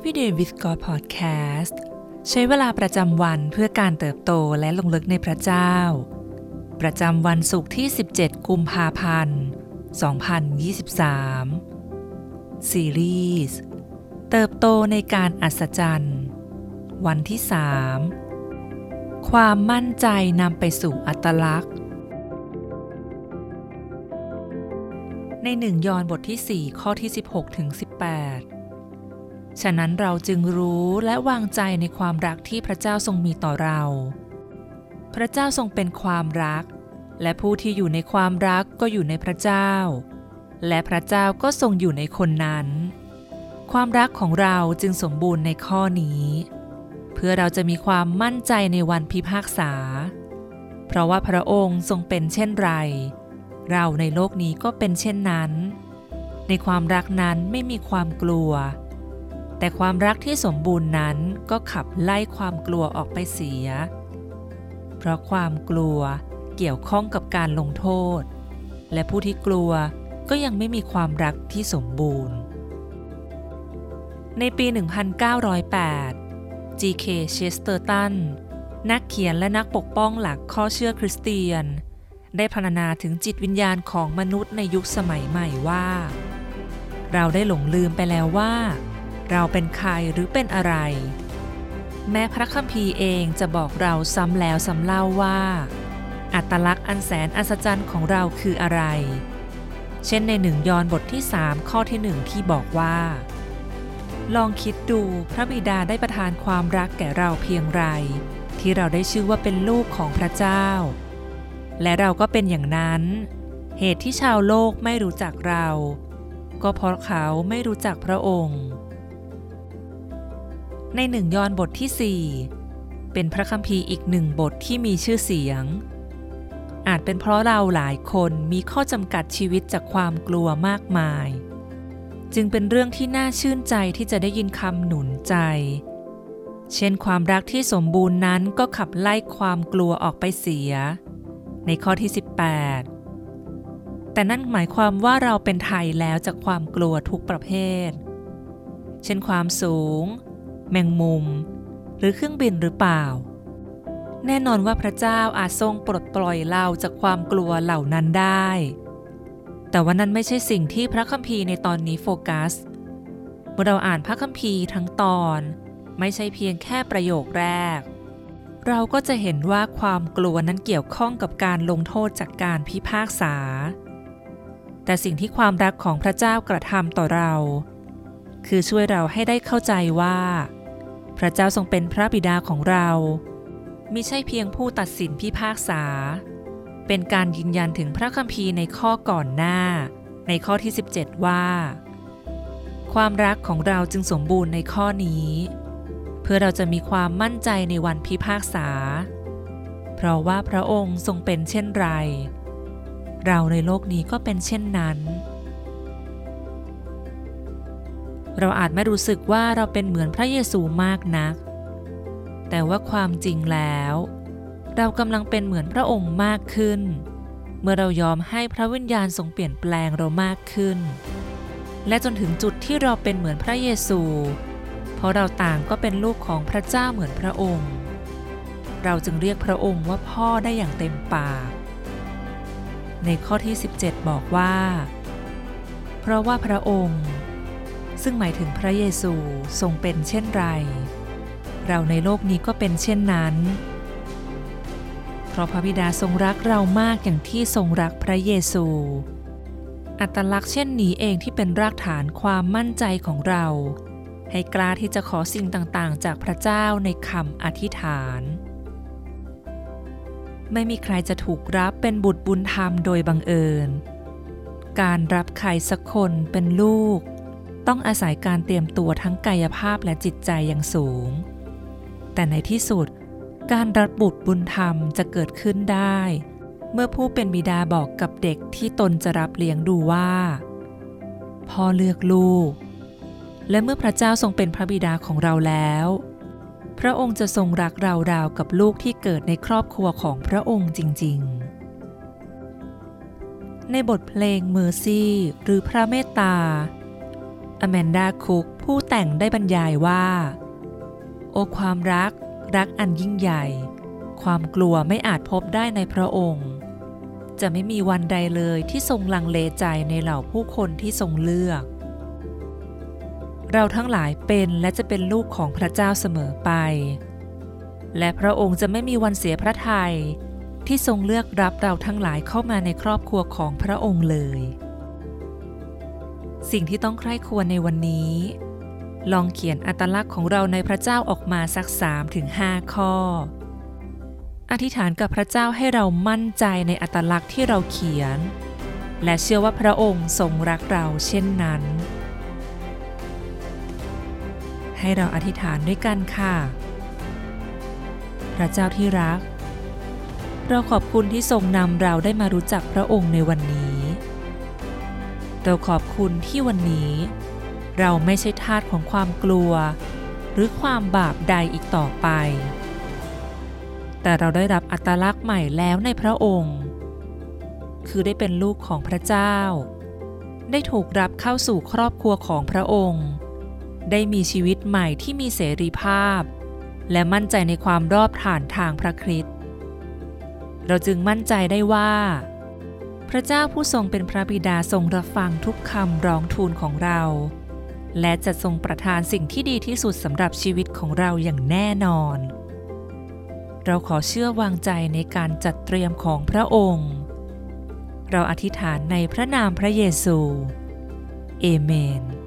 Everyday with God Podcast ใช้เวลาประจำวันเพื่อการเติบโตและลงลึกในพระเจ้าประจำวันศุกร์ที่17กุมภาพันธ์2023ซีรีส์เติบโตในการอัศจรรย์วันที่3ความมั่นใจนำไปสู่อัตลักษณ์ใน1 ยอห์นบทที่4ข้อที่16ถึง18ฉะนั้นเราจึงรู้และวางใจในความรักที่พระเจ้าทรงมีต่อเราพระเจ้าทรงเป็นความรักและผู้ที่อยู่ในความรักก็อยู่ในพระเจ้าและพระเจ้าก็ทรงอยู่ในคนนั้นความรักของเราจึงสมบูรณ์ในข้อนี้เพื่อเราจะมีความมั่นใจในวันพิพากษาเพราะว่าพระองค์ทรงเป็นเช่นไรเราในโลกนี้ก็เป็นเช่นนั้นในความรักนั้นไม่มีความกลัวแต่ความรักที่สมบูรณ์นั้นก็ขับไล่ความกลัวออกไปเสียเพราะความกลัวเกี่ยวข้องกับการลงโทษและผู้ที่กลัวก็ยังไม่มีความรักที่สมบูรณ์ในปี 1908 G.K. Chesterton นักเขียนและนักปกป้องหลักข้อเชื่อคริสเตียนได้พรรณนาถึงจิตวิญญาณของมนุษย์ในยุคสมัยใหม่ว่าเราได้หลงลืมไปแล้วว่าเราเป็นใครหรือเป็นอะไรแม้พระคัมภีร์เองจะบอกเราซ้ำแล้วซ้ำเล่าว่าอัตลักษณ์อันแสนอัศจรรย์ของเราคืออะไรเช่นใน1 ยอห์นบทที่3ข้อที่1ที่บอกว่าลองคิดดูพระบิดาได้ประทานความรักแก่เราเพียงไรที่เราได้ชื่อว่าเป็นลูกของพระเจ้าและเราก็เป็นอย่างนั้นเหตุที่ชาวโลกไม่รู้จักเราก็เพราะเขาไม่รู้จักพระองค์ใน1 ยอห์นบทที่4เป็นพระคัมภีร์อีก1 บทที่มีชื่อเสียงอาจเป็นเพราะเราหลายคนมีข้อจำกัดชีวิตจากความกลัวมากมายจึงเป็นเรื่องที่น่าชื่นใจที่จะได้ยินคำหนุนใจเช่นความรักที่สมบูรณ์นั้นก็ขับไล่ความกลัวออกไปเสียในข้อที่18แต่นั่นหมายความว่าเราเป็นไทยแล้วจากความกลัวทุกประเภทเช่นความสูงแมงมุมหรือเครื่องบินหรือเปล่าแน่นอนว่าพระเจ้าอาจทรงปลดปล่อยเราจากความกลัวเหล่านั้นได้แต่ว่านั้นไม่ใช่สิ่งที่พระคัมภีร์ในตอนนี้โฟกัสเมื่อเราอ่านพระคัมภีร์ทั้งตอนไม่ใช่เพียงแค่ประโยคแรกเราก็จะเห็นว่าความกลัวนั้นเกี่ยวข้องกับการลงโทษจากการพิพากษาแต่สิ่งที่ความรักของพระเจ้ากระทำต่อเราคือช่วยเราให้ได้เข้าใจว่าพระเจ้าทรงเป็นพระบิดาของเรามิใช่เพียงผู้ตัดสินพิพากษาเป็นการยืนยันถึงพระคัมภีร์ในข้อก่อนหน้าในข้อที่17ว่าความรักของเราจึงสมบูรณ์ในข้อนี้เพื่อเราจะมีความมั่นใจในวันพิพากษาเพราะว่าพระองค์ทรงเป็นเช่นไรเราในโลกนี้ก็เป็นเช่นนั้นเราอาจไม่รู้สึกว่าเราเป็นเหมือนพระเยซูมากนักแต่ว่าความจริงแล้วเรากำลังเป็นเหมือนพระองค์มากขึ้นเมื่อเรายอมให้พระวิญญาณทรงเปลี่ยนแปลงเรามากขึ้นและจนถึงจุดที่เราเป็นเหมือนพระเยซูเพราะเราต่างก็เป็นลูกของพระเจ้าเหมือนพระองค์เราจึงเรียกพระองค์ว่าพ่อได้อย่างเต็มปากในข้อที่17บอกว่าเพราะว่าพระองค์ซึ่งหมายถึงพระเยซูทรงเป็นเช่นไรเราในโลกนี้ก็เป็นเช่นนั้นเพราะพระบิดาทรงรักเรามากอย่างที่ทรงรักพระเยซูอัตลักษณ์เช่นนี้เองที่เป็นรากฐานความมั่นใจของเราให้กล้าที่จะขอสิ่งต่างๆจากพระเจ้าในคำอธิษฐานไม่มีใครจะถูกรับเป็นบุตรบุญธรรมโดยบังเอิญการรับใครสักคนเป็นลูกต้องอาศัยการเตรียมตัวทั้งกายภาพและจิตใจอย่างสูงแต่ในที่สุดการรับบุตรบุญธรรมจะเกิดขึ้นได้เมื่อผู้เป็นบิดาบอกกับเด็กที่ตนจะรับเลี้ยงดูว่าพ่อเลือกลูกและเมื่อพระเจ้าทรงเป็นพระบิดาของเราแล้วพระองค์จะทรงรักเราราวกับลูกที่เกิดในครอบครัวของพระองค์จริงๆในบทเพลง Mercy หรือพระเมตตาอแมนดาคุกผู้แต่งได้บรรยายว่า โอ้ความรักอันยิ่งใหญ่ความกลัวไม่อาจพบได้ในพระองค์จะไม่มีวันใดเลยที่ทรงลังเลใจในเหล่าผู้คนที่ทรงเลือกเราทั้งหลายเป็นและจะเป็นลูกของพระเจ้าเสมอไปและพระองค์จะไม่มีวันเสียพระทัยที่ทรงเลือกรับเราทั้งหลายเข้ามาในครอบครัวของพระองค์เลยสิ่งที่ต้องใคร่ครวญในวันนี้ลองเขียนอัตลักษณ์ของเราในพระเจ้าออกมาสัก 3-5 ข้ออธิษฐานกับพระเจ้าให้เรามั่นใจในอัตลักษณ์ที่เราเขียนและเชื่อว่าพระองค์ทรงรักเราเช่นนั้นให้เราอธิษฐานด้วยกันค่ะพระเจ้าที่รักเราขอบคุณที่ทรงนำเราได้มารู้จักพระองค์ในวันนี้เราขอบคุณที่วันนี้เราไม่ใช่ทาสของความกลัวหรือความบาปใดอีกต่อไปแต่เราได้รับอัตลักษณ์ใหม่แล้วในพระองค์คือได้เป็นลูกของพระเจ้าได้ถูกรับเข้าสู่ครอบครัวของพระองค์ได้มีชีวิตใหม่ที่มีเสรีภาพและมั่นใจในความรอบถ่านทางพระคริสต์เราจึงมั่นใจได้ว่าพระเจ้าผู้ทรงเป็นพระบิดาทรงรับฟังทุกคำร้องทูลของเราและจะทรงประทานสิ่งที่ดีที่สุดสำหรับชีวิตของเราอย่างแน่นอนเราขอเชื่อวางใจในการจัดเตรียมของพระองค์เราอธิษฐานในพระนามพระเยซูเอเมน